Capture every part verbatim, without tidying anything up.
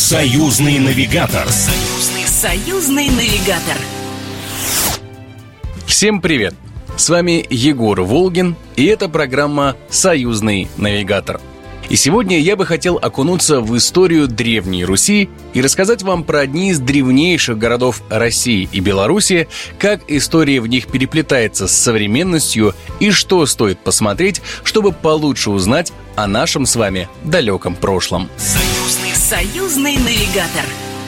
Союзный навигатор. Союзный, союзный навигатор. Всем привет! С вами Егор Волгин, и это программа «Союзный навигатор». И сегодня я бы хотел окунуться в историю Древней Руси и рассказать вам про одни из древнейших городов России и Беларуси, как история в них переплетается с современностью и что стоит посмотреть, чтобы получше узнать о нашем с вами далеком прошлом. Союзный, союзный навигатор.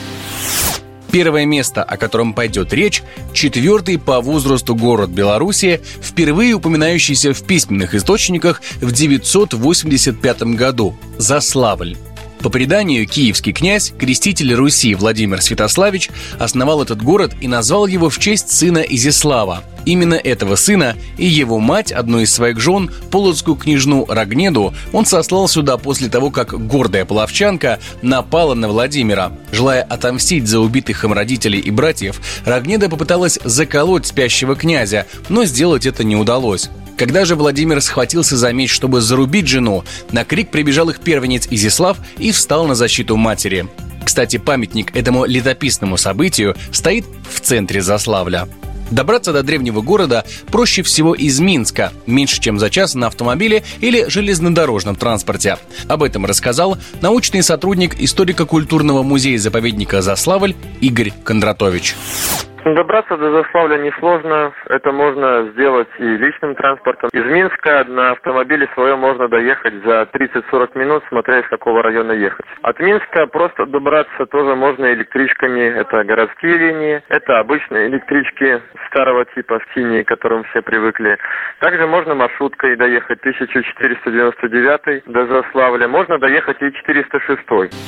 Первое место, о котором пойдет речь, четвертый по возрасту город Беларуси, впервые упоминающийся в письменных источниках в девятьсот восемьдесят пятом году – Заславль. По преданию, киевский князь, креститель Руси Владимир Святославич основал этот город и назвал его в честь сына Изяслава. Именно этого сына и его мать, одну из своих жен, полоцкую княжну Рогнеду, он сослал сюда после того, как гордая половчанка напала на Владимира. Желая отомстить за убитых им родителей и братьев, Рогнеда попыталась заколоть спящего князя, но сделать это не удалось. Когда же Владимир схватился за меч, чтобы зарубить жену, на крик прибежал их первенец Изяслав и встал на защиту матери. Кстати, памятник этому летописному событию стоит в центре Заславля. Добраться до древнего города проще всего из Минска, меньше чем за час на автомобиле или железнодорожном транспорте. Об этом рассказал научный сотрудник историко-культурного музея-заповедника Заславль Игорь Кондратович. Добраться до Заславля несложно, это можно сделать и личным транспортом. Из Минска на автомобиле своем можно доехать за тридцать-сорок минут, смотря из какого района ехать. От Минска просто добраться тоже можно электричками, это городские линии, это обычные электрички старого типа, синие, к которым все привыкли. Также можно маршруткой доехать тысяча четыреста девяносто девять до Заславля, можно доехать и четыреста шесть.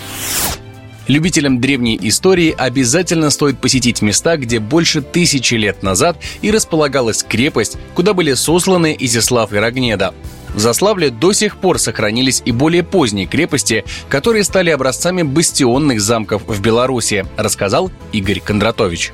Любителям древней истории обязательно стоит посетить места, где больше тысячи лет назад и располагалась крепость, куда были сосланы Изяслав и Рогнеда. В Заславле до сих пор сохранились и более поздние крепости, которые стали образцами бастионных замков в Беларуси, рассказал Игорь Кондратович.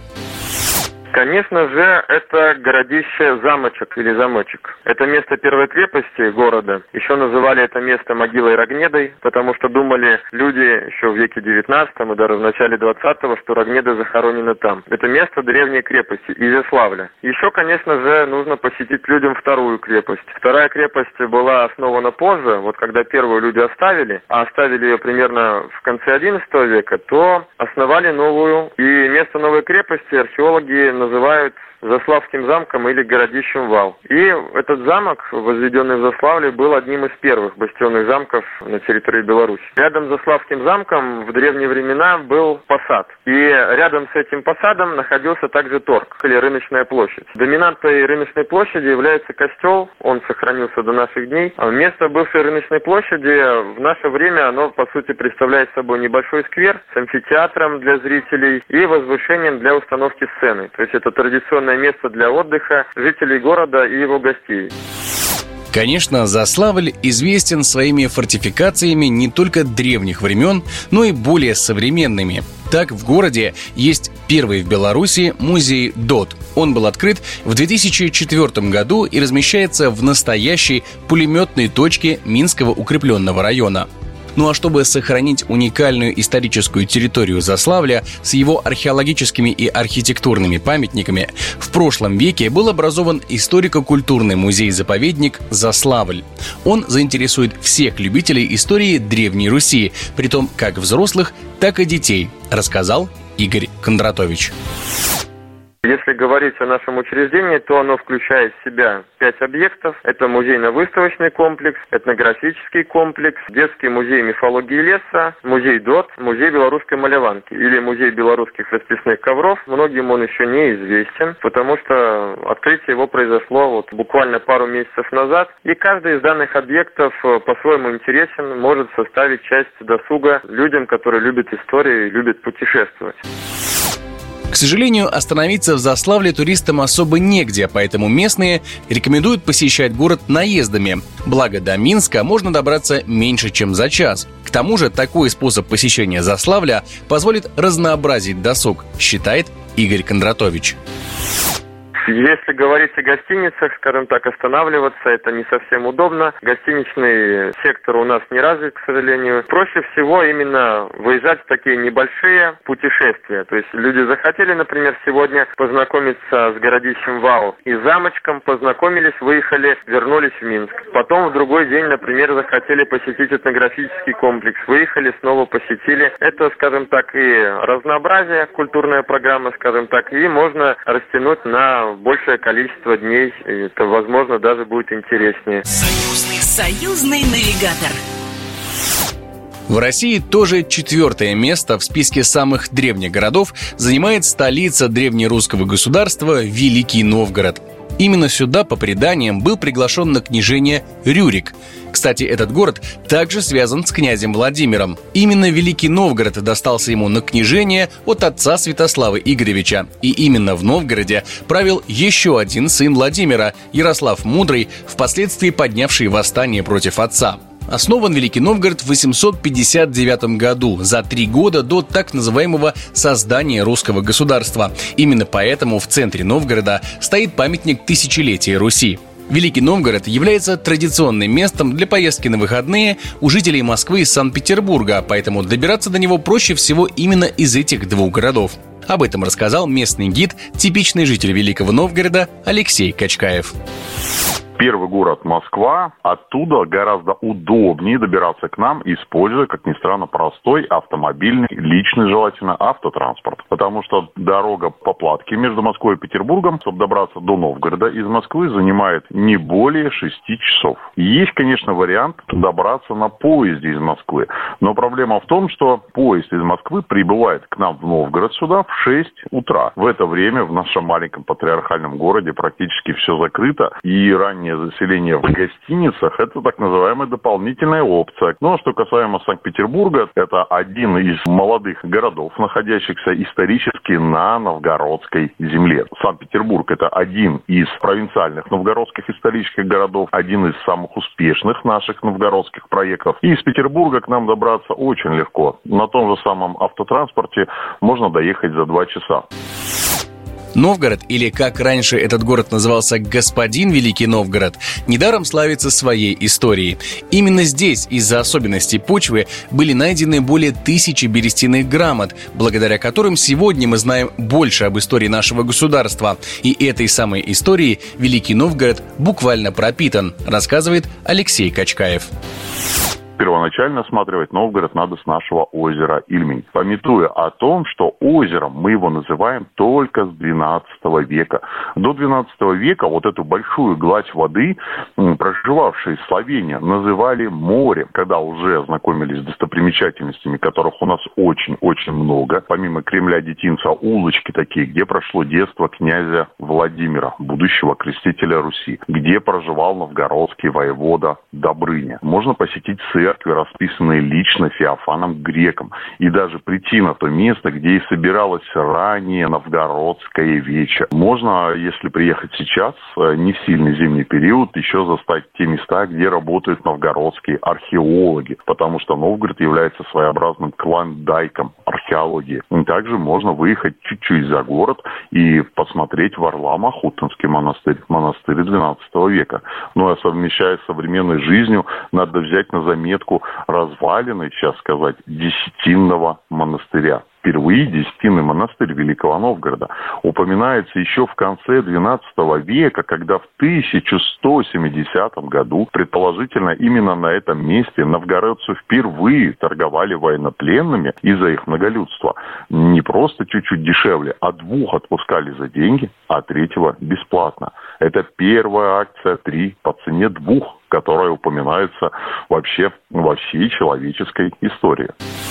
Конечно же, это городище-замочек или замочек. Это место первой крепости города. Еще называли это место могилой Рогнедой, потому что думали люди еще в веке девятнадцатом и даже в начале двадцатого, что Рогнеда захоронена там. Это место древней крепости Изяславля. Еще, конечно же, нужно посетить людям вторую крепость. Вторая крепость была основана позже, вот когда первую люди оставили, а оставили ее примерно в конце одиннадцатого века, то основали новую. И место новой крепости археологи называют Заславским замком или городищем Вал. И этот замок, возведенный в Заславле, был одним из первых бастионных замков на территории Беларуси. Рядом с Заславским замком в древние времена был посад. И рядом с этим посадом находился также торг, или рыночная площадь. Доминантой рыночной площади является костел, он сохранился до наших дней. А место бывшей рыночной площади в наше время, оно по сути представляет собой небольшой сквер с амфитеатром для зрителей и возвышением для установки сцены. То есть это традиционное место для отдыха жителей города и его гостей. Конечно, Заславль известен своими фортификациями не только древних времен, но и более современными. Так, в городе есть первый в Беларуси музей ДОТ. Он был открыт в две тысячи четвёртом году и размещается в настоящей пулеметной точке Минского укрепленного района. Ну а чтобы сохранить уникальную историческую территорию Заславля с его археологическими и архитектурными памятниками, в прошлом веке был образован историко-культурный музей-заповедник «Заславль». Он заинтересует всех любителей истории Древней Руси, притом как взрослых, так и детей, рассказал Игорь Кондратович. Если говорить о нашем учреждении, то оно включает в себя пять объектов. Это музейно-выставочный комплекс, этнографический комплекс, детский музей мифологии леса, музей ДОТ, музей белорусской маляванки или музей белорусских расписных ковров. Многим он еще не известен, потому что открытие его произошло вот буквально пару месяцев назад. И каждый из данных объектов по-своему интересен, может составить часть досуга людям, которые любят историю и любят путешествовать. К сожалению, остановиться в Заславле туристам особо негде, поэтому местные рекомендуют посещать город наездами. Благо, до Минска можно добраться меньше, чем за час. К тому же, такой способ посещения Заславля позволит разнообразить досуг, считает Игорь Кондратович. Если говорить о гостиницах, скажем так, останавливаться это не совсем удобно. Гостиничный сектор у нас не развит, к сожалению. Проще всего именно выезжать в такие небольшие путешествия. То есть люди захотели, например, сегодня познакомиться с городищем Вау и замочком, познакомились, выехали, вернулись в Минск. Потом в другой день, например, захотели посетить этнографический комплекс, выехали, снова посетили. Это, скажем так, и разнообразие, культурная программа, скажем так, и можно растянуть на большее количество дней. И это, возможно, даже будет интереснее. Союзный, союзный навигатор. В России тоже четвертое место в списке самых древних городов занимает столица древнерусского государства Великий Новгород. Именно сюда, по преданиям, был приглашен на княжение Рюрик. Кстати, этот город также связан с князем Владимиром. Именно Великий Новгород достался ему на княжение от отца Святослава Игоревича. И именно в Новгороде правил еще один сын Владимира, Ярослав Мудрый, впоследствии поднявший восстание против отца. Основан Великий Новгород в восемьсот пятьдесят девятом году, за три года до так называемого создания русского государства. Именно поэтому в центре Новгорода стоит памятник тысячелетия Руси. Великий Новгород является традиционным местом для поездки на выходные у жителей Москвы и Санкт-Петербурга, поэтому добираться до него проще всего именно из этих двух городов. Об этом рассказал местный гид, типичный житель Великого Новгорода Алексей Качкаев. Первый город Москва, оттуда гораздо удобнее добираться к нам, используя, как ни странно, простой автомобильный, личный желательно, автотранспорт. Потому что дорога по Платке между Москвой и Петербургом, чтобы добраться до Новгорода из Москвы, занимает не более шести часов. Есть, конечно, вариант добраться на поезде из Москвы. Но проблема в том, что поезд из Москвы прибывает к нам в Новгород сюда в шесть утра. В это время в нашем маленьком патриархальном городе практически все закрыто, и ранее заселение в гостиницах – это так называемая дополнительная опция. Ну, а что касаемо Санкт-Петербурга, это один из молодых городов, находящихся исторически на новгородской земле. Санкт-Петербург – это один из провинциальных новгородских исторических городов, один из самых успешных наших новгородских проектов. И из Петербурга к нам добраться очень легко. На том же самом автотранспорте можно доехать за два часа. Новгород, или как раньше этот город назывался господин Великий Новгород, недаром славится своей историей. Именно здесь из-за особенностей почвы были найдены более тысячи берестяных грамот, благодаря которым сегодня мы знаем больше об истории нашего государства. И этой самой историей Великий Новгород буквально пропитан, рассказывает Алексей Качкаев. Первоначально осматривать Новгород надо с нашего озера Ильмень, памятуя о том, что озером мы его называем только с двенадцатого века. До двенадцатого века вот эту большую гладь воды проживавшие словения называли морем. Когда уже ознакомились с достопримечательностями, которых у нас очень-очень много, помимо Кремля-Детинца, улочки такие, где прошло детство князя Владимира, будущего крестителя Руси, где проживал новгородский воевода Добрыня. Можно посетить церковь, расписанные лично Феофаном Греком, и даже прийти на то место, где и собиралась ранее новгородская веча. Можно, если приехать сейчас, не в сильный зимний период, еще застать те места, где работают новгородские археологи, потому что Новгород является своеобразным клондайком археологии. И также можно выехать чуть-чуть за город и посмотреть Варлам-Ахутинский монастырь, монастырь двенадцатого века. Ну а совмещая с современной жизнью, надо взять на заметку развалины, сейчас сказать, Десятинного монастыря. Впервые Десятинный монастырь Великого Новгорода упоминается еще в конце двенадцатого века, когда в тысяча сто семидесятом году, предположительно, именно на этом месте новгородцы впервые торговали военнопленными из-за их многолюдства. Не просто чуть-чуть дешевле, а двух отпускали за деньги, а третьего бесплатно. Это первая акция три по цене двух, которая упоминается вообще во всей человеческой истории.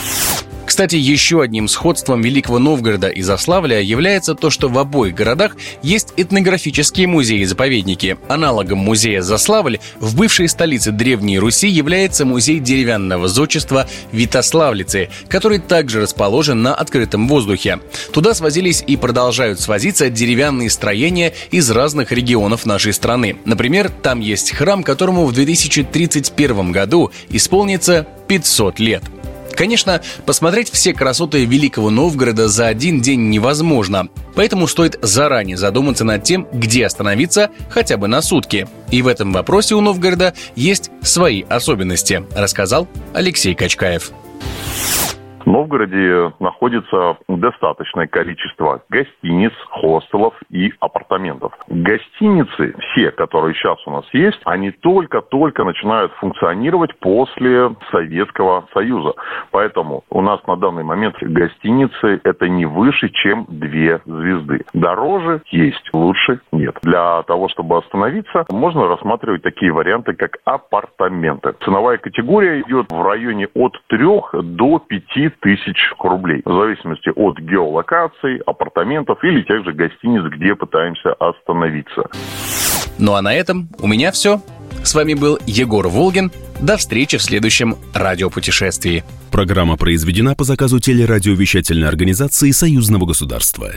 Кстати, еще одним сходством Великого Новгорода и Заславля является то, что в обоих городах есть этнографические музеи-заповедники. Аналогом музея Заславль в бывшей столице Древней Руси является музей деревянного зодчества Витославлицы, который также расположен на открытом воздухе. Туда свозились и продолжают свозиться деревянные строения из разных регионов нашей страны. Например, там есть храм, которому в две тысячи тридцать первом году исполнится пятьсот лет. Конечно, посмотреть все красоты Великого Новгорода за один день невозможно, поэтому стоит заранее задуматься над тем, где остановиться хотя бы на сутки. И в этом вопросе у Новгорода есть свои особенности, рассказал Алексей Качкаев. В Новгороде находится достаточное количество гостиниц, хостелов и апартаментов. Гостиницы, все, которые сейчас у нас есть, они только-только начинают функционировать после Советского Союза. Поэтому у нас на данный момент гостиницы это не выше, чем две звезды. Дороже есть, лучше нет. Для того, чтобы остановиться, можно рассматривать такие варианты, как апартаменты. Ценовая категория идет в районе от трёх до пяти тысяч рублей, в зависимости от геолокации, апартаментов или тех же гостиниц, где пытаемся остановиться. Ну а на этом у меня все. С вами был Егор Волгин. До встречи в следующем радиопутешествии. Программа произведена по заказу телерадиовещательной организации Союзного государства.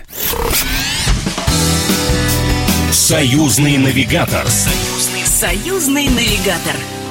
Союзный навигатор. Союзный, союзный навигатор.